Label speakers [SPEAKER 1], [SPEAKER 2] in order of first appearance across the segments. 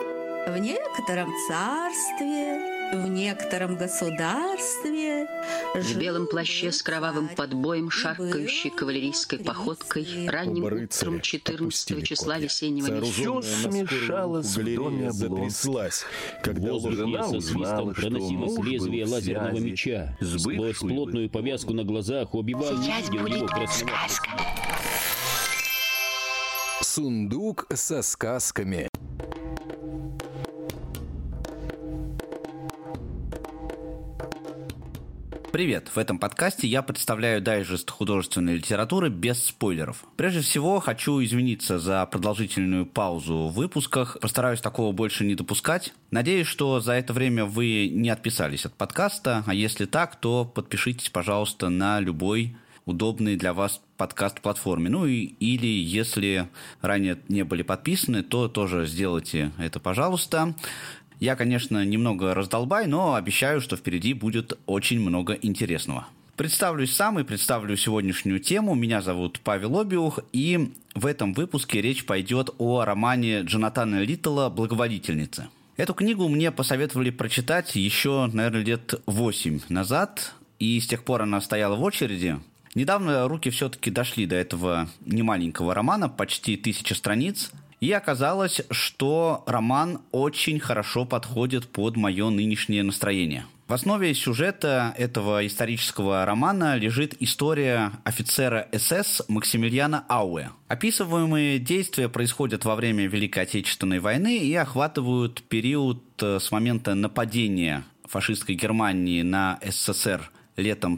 [SPEAKER 1] В некотором царстве, в некотором государстве...
[SPEAKER 2] В белом плаще с кровавым подбоем, шаркающей кавалерийской походкой, ранним утром 14 числа весеннего месяца.
[SPEAKER 3] Все смешалось в доме Облонских.
[SPEAKER 4] Когда
[SPEAKER 3] жена
[SPEAKER 4] со свистом
[SPEAKER 3] узнала, что
[SPEAKER 4] проносилось
[SPEAKER 3] муж
[SPEAKER 4] лезвие
[SPEAKER 3] был в
[SPEAKER 4] лазерного
[SPEAKER 3] связи
[SPEAKER 4] меча.
[SPEAKER 3] с
[SPEAKER 4] Сквозь
[SPEAKER 3] бывшей
[SPEAKER 4] плотную повязку на глазах Оби-Ван не видел его красного.
[SPEAKER 5] Сундук со сказками.
[SPEAKER 6] Привет! В этом подкасте я представляю дайджест художественной литературы без спойлеров. Прежде всего, хочу извиниться за продолжительную паузу в выпусках. Постараюсь такого больше не допускать. Надеюсь, что за это время вы не отписались от подкаста, а если так, то подпишитесь, пожалуйста, на любой удобный для вас подкаст-платформе. Или если ранее не были подписаны, то тоже сделайте это, пожалуйста. Я, конечно, немного раздолбай, но обещаю, что впереди будет очень много интересного. Представлюсь сам и представлю сегодняшнюю тему. Меня зовут Павел Обиух, и в этом выпуске речь пойдет о романе Джонатана Литтла «Благоволительница». Эту книгу мне посоветовали прочитать еще, наверное, лет 8 назад, и с тех пор она стояла в очереди. Недавно руки все-таки дошли до этого немаленького романа, почти 1000 страниц, и оказалось, что роман очень хорошо подходит под мое нынешнее настроение. В основе сюжета этого исторического романа лежит история офицера СС Максимилиана Ауэ. Описываемые действия происходят во время Великой Отечественной войны и охватывают период с момента нападения фашистской Германии на СССР летом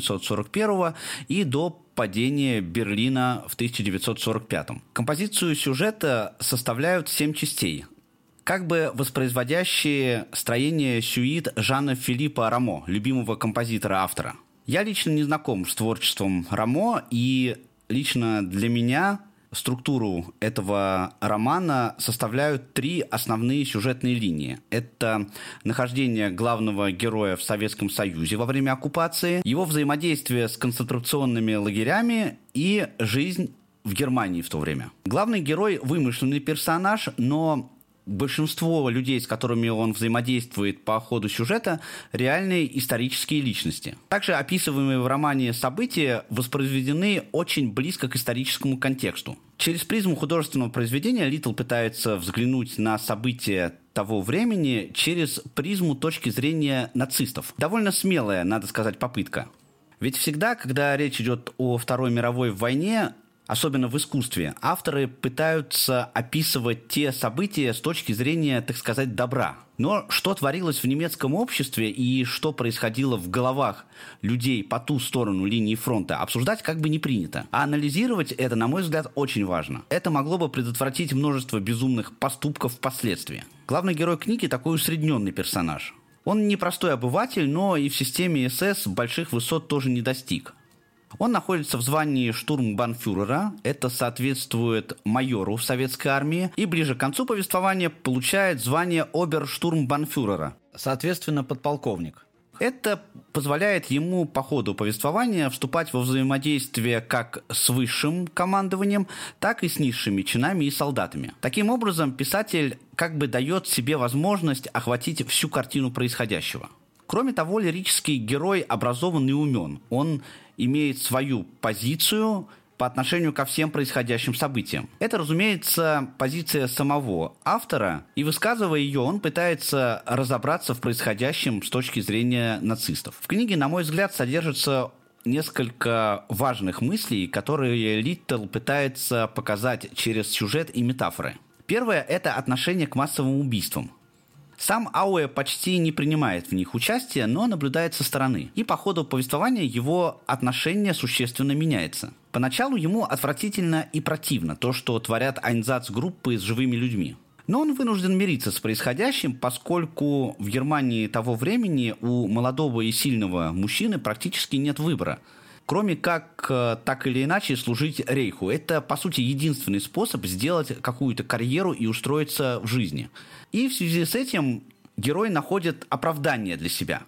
[SPEAKER 6] 1941 и до падения Берлина в 1945. Композицию сюжета составляют 7 частей, как бы воспроизводящие строение сюит Жана-Филиппа Рамо, любимого композитора-автора. Я лично не знаком с творчеством Рамо, и лично для меня структуру этого романа составляют 3 основные сюжетные линии. Это нахождение главного героя в Советском Союзе во время оккупации, его взаимодействие с концентрационными лагерями и жизнь в Германии в то время. Главный герой – вымышленный персонаж, но большинство людей, с которыми он взаимодействует по ходу сюжета, реальные исторические личности. Также описываемые в романе события воспроизведены очень близко к историческому контексту. Через призму художественного произведения Литтл пытается взглянуть на события того времени через призму точки зрения нацистов. Довольно смелая, надо сказать, попытка. Ведь всегда, когда речь идет о Второй мировой войне, особенно в искусстве, авторы пытаются описывать те события с точки зрения, так сказать, добра. Но что творилось в немецком обществе и что происходило в головах людей по ту сторону линии фронта, обсуждать как бы не принято. А анализировать это, на мой взгляд, очень важно. Это могло бы предотвратить множество безумных поступков впоследствии. Главный герой книги такой усредненный персонаж. Он не простой обыватель, но и в системе СС больших высот тоже не достиг. Он находится в звании штурмбанфюрера, это соответствует майору в советской армии, и ближе к концу повествования получает звание оберштурмбанфюрера, соответственно, подполковник. Это позволяет ему по ходу повествования вступать во взаимодействие как с высшим командованием, так и с низшими чинами и солдатами. Таким образом, писатель как бы дает себе возможность охватить всю картину происходящего. Кроме того, лирический герой образован и умен. Он имеет свою позицию по отношению ко всем происходящим событиям. Это, разумеется, позиция самого автора, и высказывая ее, он пытается разобраться в происходящем с точки зрения нацистов. В книге, на мой взгляд, содержится несколько важных мыслей, которые Литтл пытается показать через сюжет и метафоры. Первое – это отношение к массовым убийствам. Сам Ауэ почти не принимает в них участие, но наблюдает со стороны. И по ходу повествования его отношение существенно меняется. Поначалу ему отвратительно и противно то, что творят айнзац-группы с живыми людьми. Но он вынужден мириться с происходящим, поскольку в Германии того времени у молодого и сильного мужчины практически нет выбора, кроме как так или иначе служить рейху. Это, по сути, единственный способ сделать какую-то карьеру и устроиться в жизни. И в связи с этим герой находит оправдание для себя.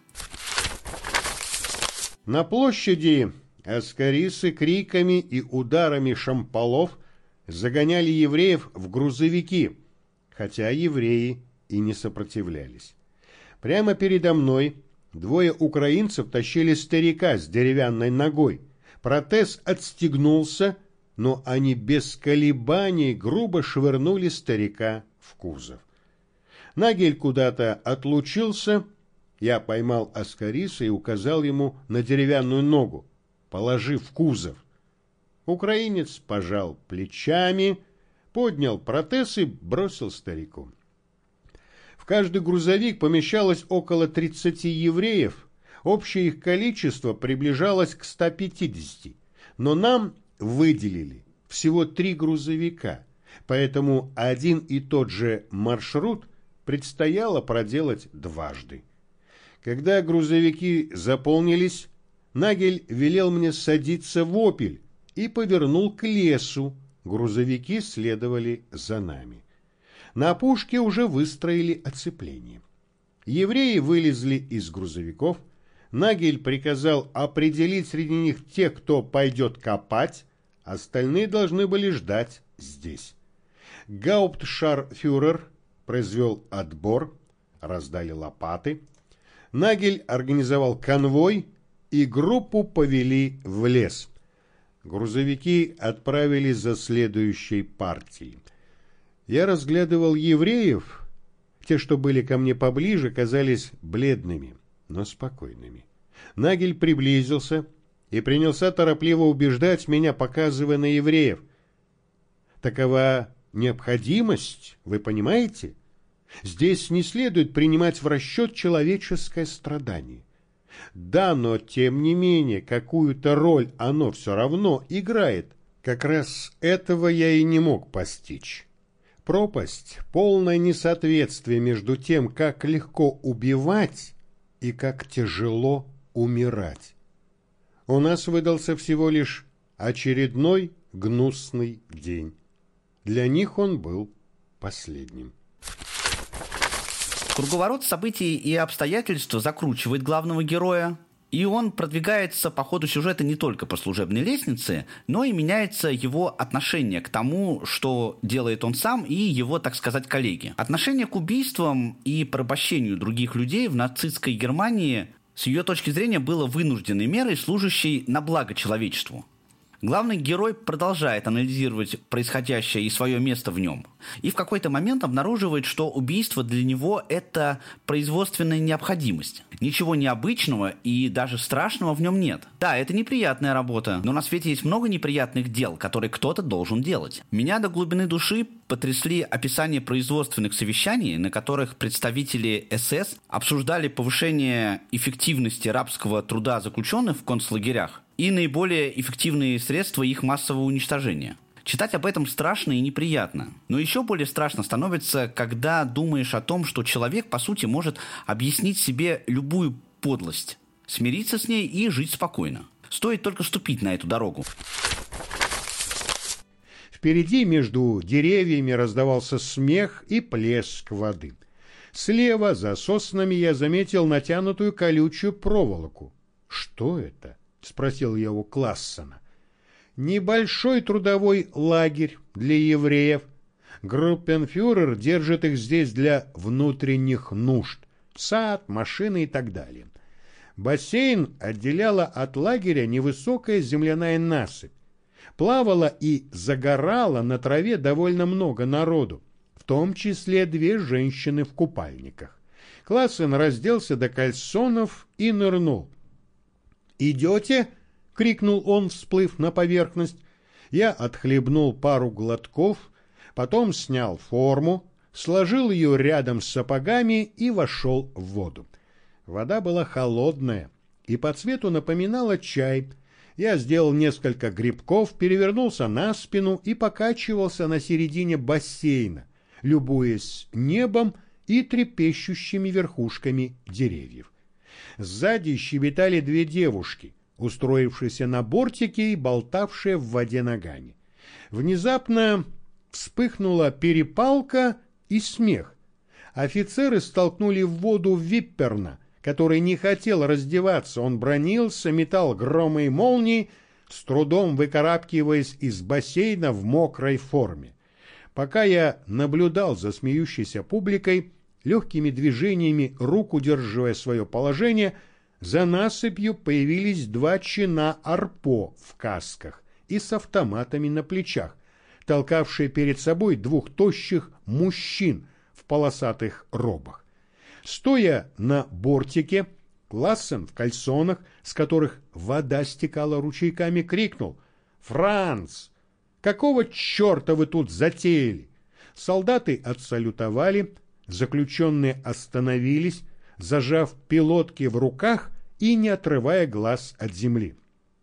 [SPEAKER 7] На площади аскарисы криками и ударами шампалов загоняли евреев в грузовики, хотя евреи и не сопротивлялись. Прямо передо мной двое украинцев тащили старика с деревянной ногой. Протез отстегнулся, но они без колебаний грубо швырнули старика в кузов. Нагель куда-то отлучился. Я поймал Аскариса и указал ему на деревянную ногу, положив в кузов. Украинец пожал плечами, поднял протез и бросил старику. В каждый грузовик помещалось около 30 евреев. Общее их количество приближалось к 150, но нам выделили всего 3 грузовика, поэтому один и тот же маршрут предстояло проделать дважды. Когда грузовики заполнились, Нагель велел мне садиться в «Опель» и повернул к лесу. Грузовики следовали за нами. На опушке уже выстроили оцепление. Евреи вылезли из грузовиков. Нагель приказал определить среди них тех, кто пойдет копать, остальные должны были ждать здесь. Гауптшарфюрер произвел отбор, раздали лопаты. Нагель организовал конвой, и группу повели в лес. Грузовики отправились за следующей партией. Я разглядывал евреев. Те, что были ко мне поближе, казались бледными, но спокойными. Нагель приблизился и принялся торопливо убеждать меня, показывая на евреев. Такова необходимость, вы понимаете? Здесь не следует принимать в расчет человеческое страдание. Да, но тем не менее, какую-то роль оно все равно играет. Как раз этого я и не мог постичь. Пропасть, полное несоответствие между тем, как легко убивать и как тяжело умирать. У нас выдался всего лишь очередной гнусный день. Для них он был последним.
[SPEAKER 6] Круговорот событий и обстоятельств закручивает главного героя, и он продвигается по ходу сюжета не только по служебной лестнице, но и меняется его отношение к тому, что делает он сам и его, так сказать, коллеги. Отношение к убийствам и порабощению других людей в нацистской Германии с ее точки зрения было вынужденной мерой, служащей на благо человечеству. Главный герой продолжает анализировать происходящее и свое место в нем. И в какой-то момент обнаруживает, что убийство для него – это производственная необходимость. Ничего необычного и даже страшного в нем нет. Да, это неприятная работа, но на свете есть много неприятных дел, которые кто-то должен делать. Меня до глубины души потрясли описания производственных совещаний, на которых представители СС обсуждали повышение эффективности рабского труда заключенных в концлагерях и наиболее эффективные средства их массового уничтожения. Читать об этом страшно и неприятно. Но еще более страшно становится, когда думаешь о том, что человек, по сути, может объяснить себе любую подлость, смириться с ней и жить спокойно. Стоит только ступить на эту дорогу.
[SPEAKER 7] Впереди между деревьями раздавался смех и плеск воды. Слева, за соснами, я заметил натянутую колючую проволоку. «Что это?» — спросил я у Классена. «Небольшой трудовой лагерь для евреев. Группенфюрер держит их здесь для внутренних нужд. Сад, машины и так далее. Бассейн отделяла от лагеря невысокая земляная насыпь. Плавала и загорала на траве довольно много народу, в том числе 2 женщины в купальниках. Классен разделся до кальсонов и нырнул. «Идете?» — крикнул он, всплыв на поверхность. Я отхлебнул пару глотков, потом снял форму, сложил ее рядом с сапогами и вошел в воду. Вода была холодная и по цвету напоминала чай. Я сделал несколько грибков, перевернулся на спину и покачивался на середине бассейна, любуясь небом и трепещущими верхушками деревьев. Сзади щебетали 2 девушки, устроившиеся на бортике и болтавшие в воде ногами. Внезапно вспыхнула перепалка и смех. Офицеры столкнули в воду Випперна, который не хотел раздеваться. Он бранился, метал громы и молнии, с трудом выкарабкиваясь из бассейна в мокрой форме. Пока я наблюдал за смеющейся публикой, легкими движениями рук удерживая свое положение, за насыпью появились 2 чина арпо в касках и с автоматами на плечах, толкавшие перед собой 2 тощих мужчин в полосатых робах. Стоя на бортике, Классен в кальсонах, с которых вода стекала ручейками, крикнул: «Франц, какого черта вы тут затеяли?» Солдаты отсалютовали, заключенные остановились, зажав пилотки в руках и не отрывая глаз от земли.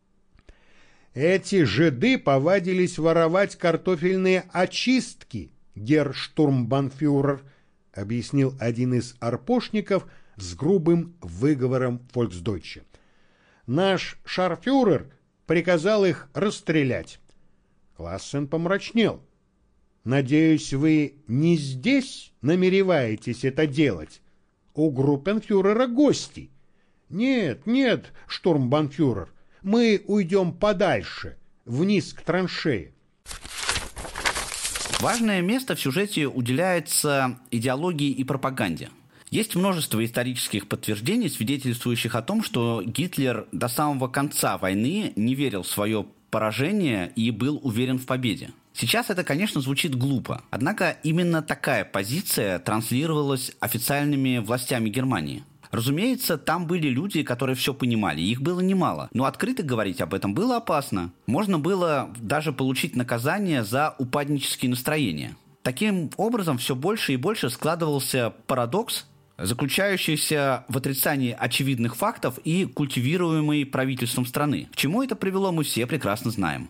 [SPEAKER 7] «Эти жиды повадились воровать картофельные очистки, геррштурмбанфюрер», объяснил один из арпошников с грубым выговором фольксдойче. «Наш шарфюрер приказал их расстрелять». Классен помрачнел. «Надеюсь, вы не здесь намереваетесь это делать? У группенфюрера гости». «Нет, нет, штурмбанфюрер, мы уйдем подальше, вниз к траншее».
[SPEAKER 6] Важное место в сюжете уделяется идеологии и пропаганде. Есть множество исторических подтверждений, свидетельствующих о том, что Гитлер до самого конца войны не верил в свое поражение и был уверен в победе. Сейчас это, конечно, звучит глупо, однако именно такая позиция транслировалась официальными властями Германии. Разумеется, там были люди, которые все понимали, их было немало, но открыто говорить об этом было опасно. Можно было даже получить наказание за упаднические настроения. Таким образом, все больше и больше складывался парадокс, заключающийся в отрицании очевидных фактов и культивируемой правительством страны. К чему это привело, мы все прекрасно знаем.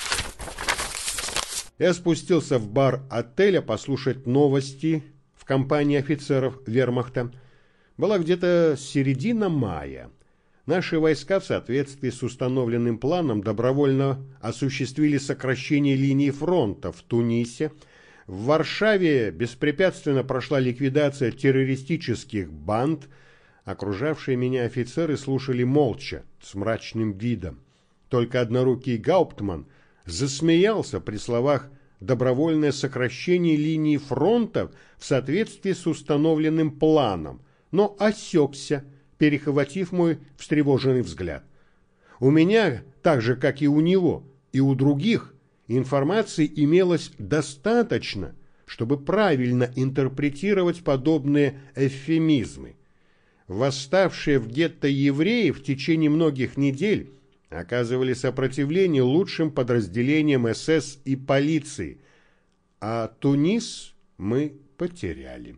[SPEAKER 7] Я спустился в бар отеля послушать новости в компании офицеров вермахта. Была где-то середина мая. Наши войска в соответствии с установленным планом добровольно осуществили сокращение линии фронта в Тунисе. В Варшаве беспрепятственно прошла ликвидация террористических банд. Окружавшие меня офицеры слушали молча, с мрачным видом. Только однорукий Гауптман засмеялся при словах «добровольное сокращение линии фронта в соответствии с установленным планом», но осекся, перехватив мой встревоженный взгляд. У меня, так же, как и у него, и у других, информации имелось достаточно, чтобы правильно интерпретировать подобные эвфемизмы. Восставшие в гетто евреи в течение многих недель оказывали сопротивление лучшим подразделениям СС и полиции, а Тунис мы потеряли.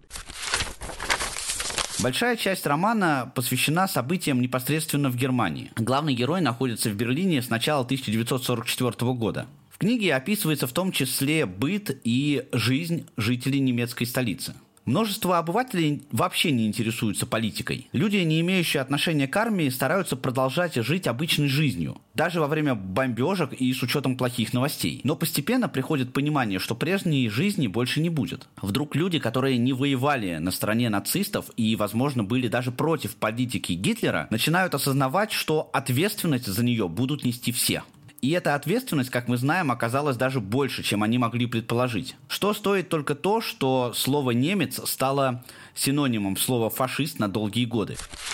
[SPEAKER 6] Большая часть романа посвящена событиям непосредственно в Германии. Главный герой находится в Берлине с начала 1944 года. В книге описывается в том числе быт и жизнь жителей немецкой столицы. Множество обывателей вообще не интересуются политикой. Люди, не имеющие отношения к армии, стараются продолжать жить обычной жизнью, даже во время бомбежек и с учетом плохих новостей. Но постепенно приходит понимание, что прежней жизни больше не будет. Вдруг люди, которые не воевали на стороне нацистов и, возможно, были даже против политики Гитлера, начинают осознавать, что ответственность за нее будут нести все. И эта ответственность, как мы знаем, оказалась даже больше, чем они могли предположить. Что стоит только то, что слово «немец» стало синонимом слова «фашист» на долгие годы.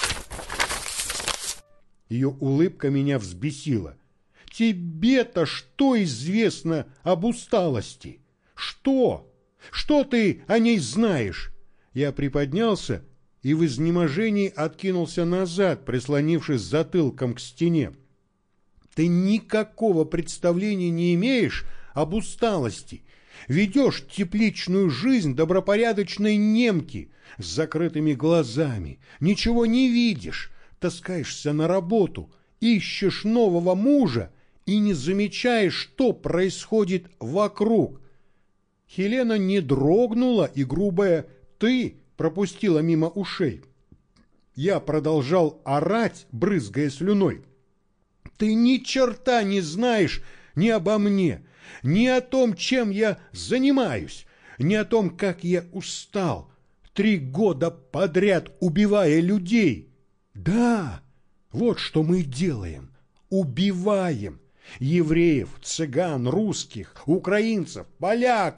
[SPEAKER 7] Ее улыбка меня взбесила. «Тебе-то что известно об усталости? Что? Что ты о ней знаешь?» Я приподнялся и в изнеможении откинулся назад, прислонившись затылком к стене. Ты никакого представления не имеешь об усталости. Ведешь тепличную жизнь добропорядочной немки с закрытыми глазами. Ничего не видишь, таскаешься на работу, ищешь нового мужа и не замечаешь, что происходит вокруг. Хелена не дрогнула, и грубое «ты» пропустила мимо ушей. Я продолжал орать, брызгая слюной. Ты ни черта не знаешь ни обо мне, ни о том, чем я занимаюсь, ни о том, как я устал, 3 года подряд убивая людей. Да, вот что мы делаем. Убиваем евреев, цыган, русских, украинцев, поляков,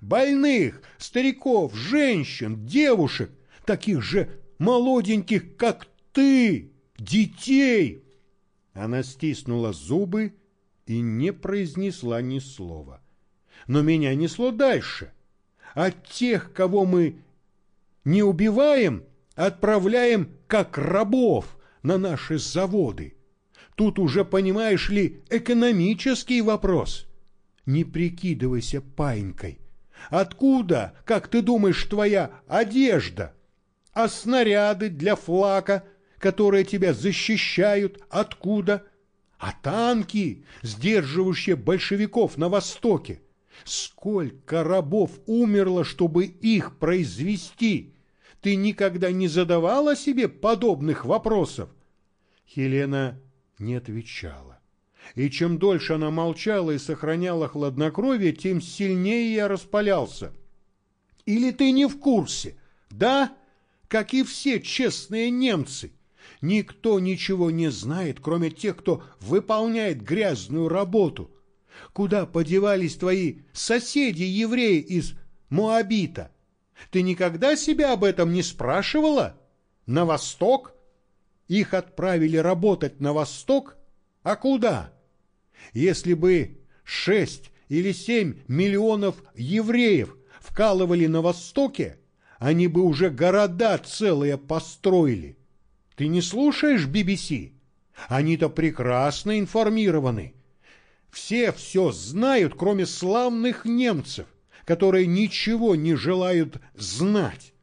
[SPEAKER 7] больных, стариков, женщин, девушек, таких же молоденьких, как ты, детей. Она стиснула зубы и не произнесла ни слова. Но меня несло дальше. От тех, кого мы не убиваем, отправляем как рабов на наши заводы. Тут уже, понимаешь ли, экономический вопрос. Не прикидывайся паинькой. Откуда, как ты думаешь, твоя одежда? А снаряды для флака, которые тебя защищают, откуда? А танки, сдерживающие большевиков на Востоке? Сколько рабов умерло, чтобы их произвести? Ты никогда не задавала себе подобных вопросов? Хелена не отвечала. И чем дольше она молчала и сохраняла хладнокровие, тем сильнее я распалялся. Или ты не в курсе, да? Как и все честные немцы. Никто ничего не знает, кроме тех, кто выполняет грязную работу. Куда подевались твои соседи-евреи из Моабита? Ты никогда себя об этом не спрашивала? На восток? Их отправили работать на восток? А куда? Если бы 6 или 7 миллионов евреев вкалывали на востоке, они бы уже города целые построили. Ты не слушаешь BBC? Они-то прекрасно информированы. Все знают, кроме славных немцев, которые ничего не желают знать.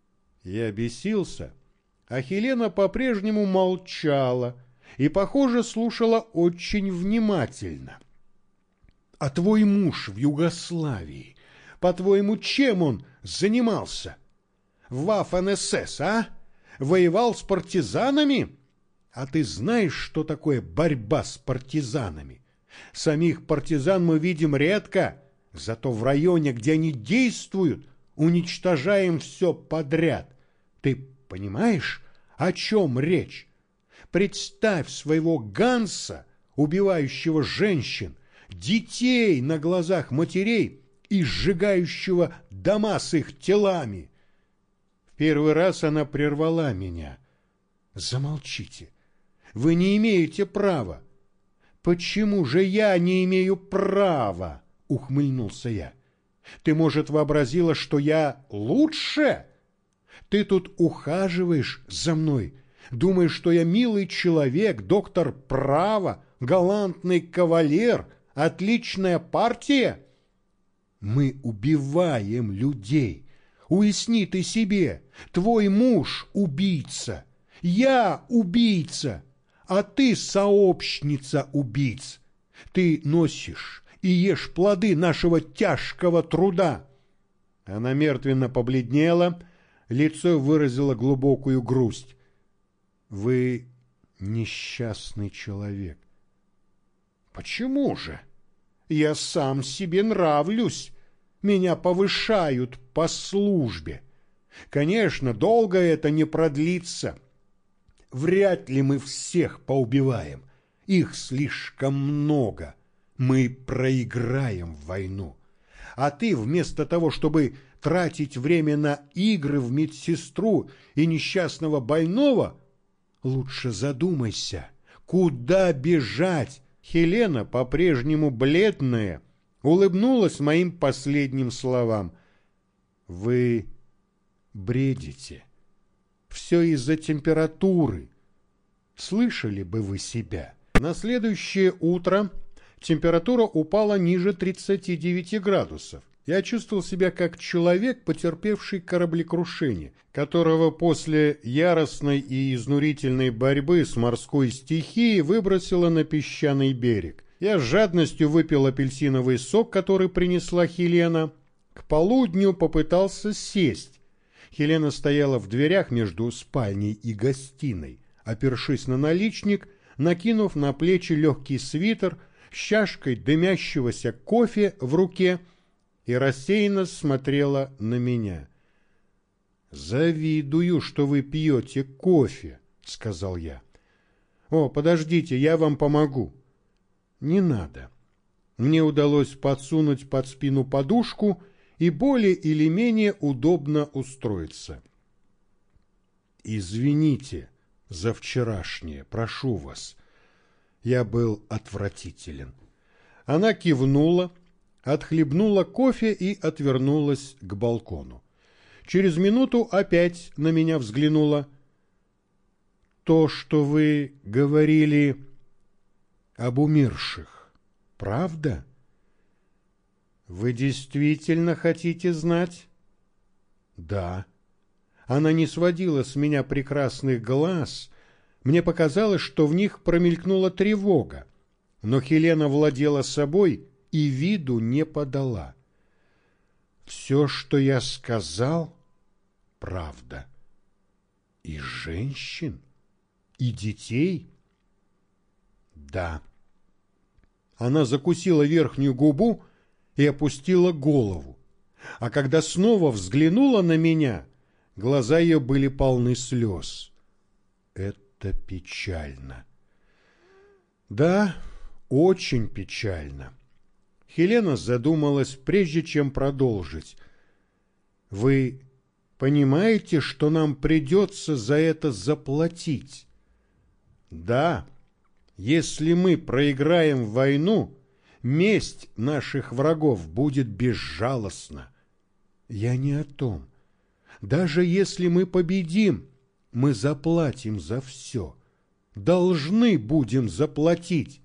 [SPEAKER 7] Я бесился, а Хелена по-прежнему молчала и, похоже, слушала очень внимательно. А твой муж в Югославии, по-твоему, чем он занимался? Waffen-СС, а? Воевал с партизанами? А ты знаешь, что такое борьба с партизанами? Самих партизан мы видим редко, зато в районе, где они действуют, уничтожаем все подряд. Ты понимаешь, о чем речь? Представь своего Ганса, убивающего женщин, детей на глазах матерей и сжигающего дома с их телами. В первый раз она прервала меня. Замолчите. Вы не имеете права. Почему же я не имею права? Ухмыльнулся я. Ты, может, вообразила, что я лучше? Ты тут ухаживаешь за мной, думаешь, что я милый человек, доктор права, галантный кавалер, отличная партия? Мы убиваем людей. Уясни ты себе, твой муж убийца, я убийца, а ты сообщница убийц. Ты носишь и ешь плоды нашего тяжкого труда. Она мертвенно побледнела, лицо выразило глубокую грусть. Вы несчастный человек. Почему же? Я сам себе нравлюсь. Меня повышают по службе. Конечно, долго это не продлится. Вряд ли мы всех поубиваем. Их слишком много. Мы проиграем войну. А ты вместо того, чтобы тратить время на игры в медсестру и несчастного больного, лучше задумайся, куда бежать. Хелена, по-прежнему бледная, улыбнулась моим последним словам. Вы бредите. Все из-за температуры. Слышали бы вы себя? На следующее утро температура упала ниже 39 градусов. Я чувствовал себя как человек, потерпевший кораблекрушение, которого после яростной и изнурительной борьбы с морской стихией выбросило на песчаный берег. Я с жадностью выпил апельсиновый сок, который принесла Хелена. К полудню попытался сесть. Хелена стояла в дверях между спальней и гостиной, опершись на наличник, накинув на плечи легкий свитер, с чашкой дымящегося кофе в руке, и рассеянно смотрела на меня. «Завидую, что вы пьете кофе», — сказал я. «О, подождите, я вам помогу». «Не надо». Мне удалось подсунуть под спину подушку, и более или менее удобно устроиться. «Извините за вчерашнее, прошу вас. Я был отвратителен». Она кивнула, отхлебнула кофе и отвернулась к балкону. Через минуту опять на меня взглянула. «То, что вы говорили об умерших, правда? Вы действительно хотите знать?» «Да». Она не сводила с меня прекрасных глаз. Мне показалось, что в них промелькнула тревога. Но Хелена владела собой и виду не подала. «Все, что я сказал, правда. И женщин, и детей?» «Да». Она закусила верхнюю губу и опустила голову. А когда снова взглянула на меня, глаза ее были полны слез. «Это печально». «Да, очень печально». Хелена задумалась, прежде чем продолжить. «Вы понимаете, что нам придется за это заплатить?» «Да, если мы проиграем войну, месть наших врагов будет безжалостна». «Я не о том. Даже если мы победим, мы заплатим за все. Должны будем заплатить».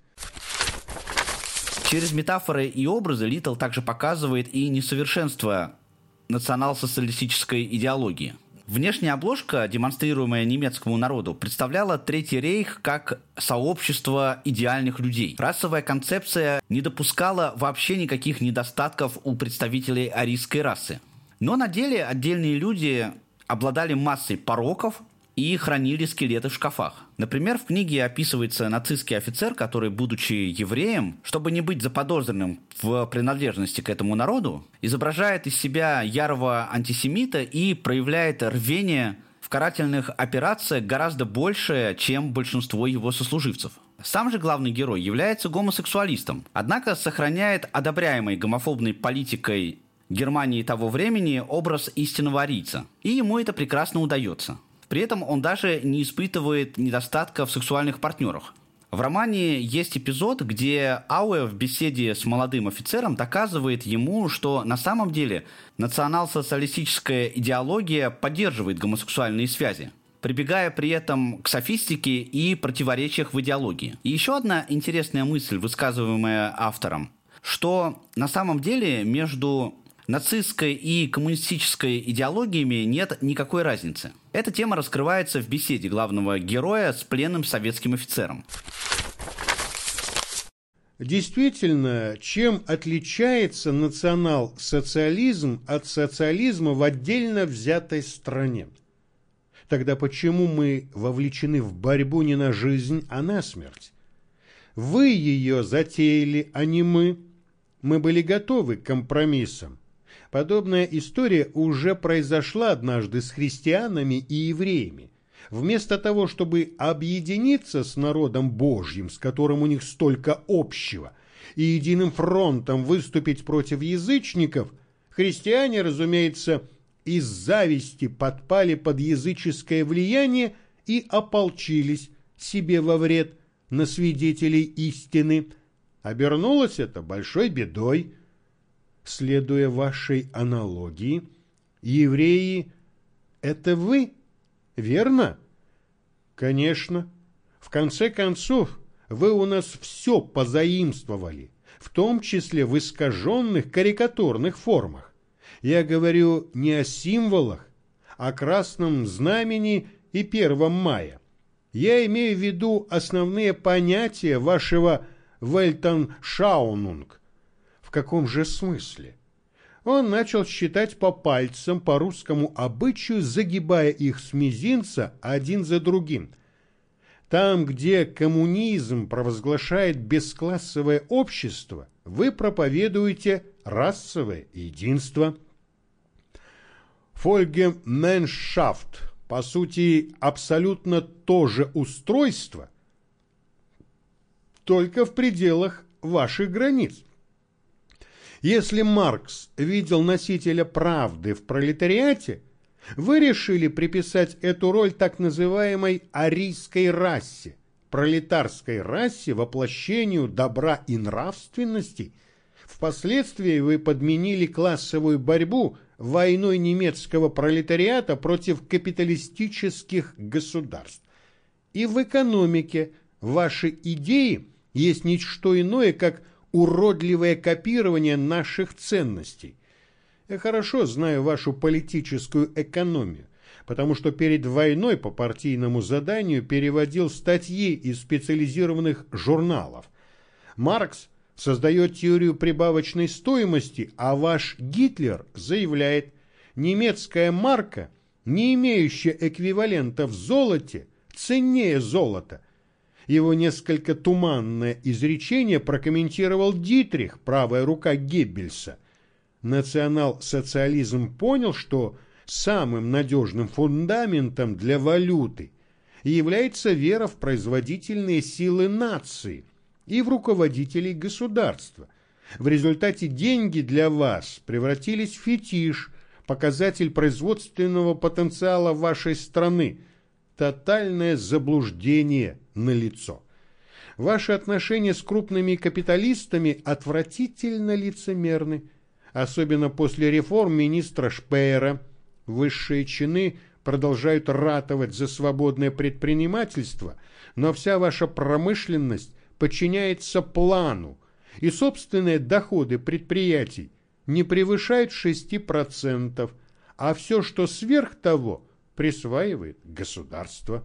[SPEAKER 6] Через метафоры и образы Литтл также показывает и несовершенство национал-социалистической идеологии. Внешняя обложка, демонстрируемая немецкому народу, представляла Третий рейх как сообщество идеальных людей. Расовая концепция не допускала вообще никаких недостатков у представителей арийской расы. Но на деле отдельные люди обладали массой пороков и хранили скелеты в шкафах. Например, в книге описывается нацистский офицер, который, будучи евреем, чтобы не быть заподозренным в принадлежности к этому народу, изображает из себя ярого антисемита и проявляет рвение в карательных операциях гораздо большее, чем большинство его сослуживцев. Сам же главный герой является гомосексуалистом, однако сохраняет одобряемой гомофобной политикой Германии того времени образ истинного арийца. И ему это прекрасно удается. При этом он даже не испытывает недостатка в сексуальных партнерах. В романе есть эпизод, где Ауэ в беседе с молодым офицером доказывает ему, что на самом деле национал-социалистическая идеология поддерживает гомосексуальные связи, прибегая при этом к софистике и противоречиях в идеологии. И еще одна интересная мысль, высказываемая автором, что на самом деле между нацистской и коммунистической идеологиями нет никакой разницы. Эта тема раскрывается в беседе главного героя с пленным советским офицером.
[SPEAKER 7] Действительно, чем отличается национал-социализм от социализма в отдельно взятой стране? Тогда почему мы вовлечены в борьбу не на жизнь, а на смерть? Вы ее затеяли, а не мы. Мы были готовы к компромиссам. Подобная история уже произошла однажды с христианами и евреями. Вместо того, чтобы объединиться с народом Божьим, с которым у них столько общего, и единым фронтом выступить против язычников, христиане, разумеется, из зависти подпали под языческое влияние и ополчились себе во вред на свидетелей истины. Обернулось это большой бедой. Следуя вашей аналогии, евреи – это вы, верно? Конечно. В конце концов, вы у нас все позаимствовали, в том числе в искаженных карикатурных формах. Я говорю не о символах, о красном знамени и 1 мая. Я имею в виду основные понятия вашего «Weltanschauung». В каком же смысле? Он начал считать по пальцам по русскому обычаю, загибая их с мизинца один за другим. Там, где коммунизм провозглашает бесклассовое общество, вы проповедуете расовое единство. Фольгеменшафт, по сути, абсолютно то же устройство, только в пределах ваших границ. Если Маркс видел носителя правды в пролетариате, вы решили приписать эту роль так называемой арийской расе, пролетарской расе, воплощению добра и нравственности. Впоследствии вы подменили классовую борьбу войной немецкого пролетариата против капиталистических государств. И в экономике ваши идеи есть ничто иное, как уродливое копирование наших ценностей. Я хорошо знаю вашу политическую экономию, потому что перед войной по партийному заданию переводил статьи из специализированных журналов. Маркс создает теорию прибавочной стоимости, а ваш Гитлер заявляет: немецкая марка, не имеющая эквивалента в золоте, ценнее золота. Его несколько туманное изречение прокомментировал Дитрих, правая рука Геббельса. Национал-социализм понял, что самым надежным фундаментом для валюты является вера в производительные силы нации и в руководителей государства. В результате деньги для вас превратились в фетиш, показатель производственного потенциала вашей страны. Тотальное заблуждение налицо. Ваши отношения с крупными капиталистами отвратительно лицемерны, особенно после реформ министра Шпеера. Высшие чины продолжают ратовать за свободное предпринимательство, но вся ваша промышленность подчиняется плану, и собственные доходы предприятий не превышают 6%, а все, что сверх того, присваивает государство.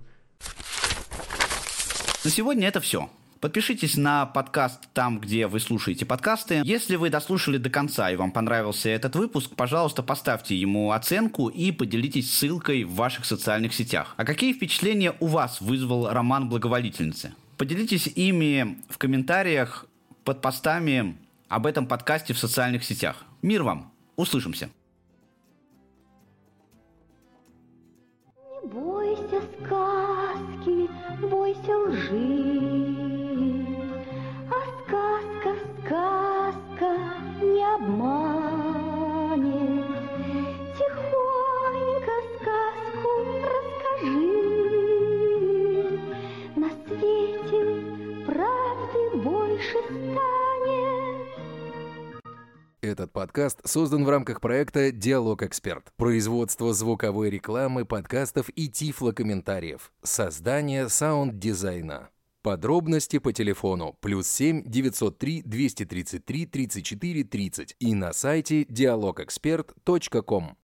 [SPEAKER 6] На сегодня это все. Подпишитесь на подкаст там, где вы слушаете подкасты. Если вы дослушали до конца и вам понравился этот выпуск, пожалуйста, поставьте ему оценку и поделитесь ссылкой в ваших социальных сетях. А какие впечатления у вас вызвал роман «Благоволительницы»? Поделитесь ими в комментариях под постами об этом подкасте в социальных сетях. Мир вам! Услышимся!
[SPEAKER 8] Не бойся сказки, бойся лжи, а сказка не обманет. Тихонько сказку расскажи, на свете правды больше станет.
[SPEAKER 5] Этот подкаст создан в рамках проекта «Диалог Эксперт». Производство звуковой рекламы, подкастов и тифлокомментариев. Создание саунд-дизайна. Подробности по телефону +7 903 233 34 30 и на сайте dialogexpert.com.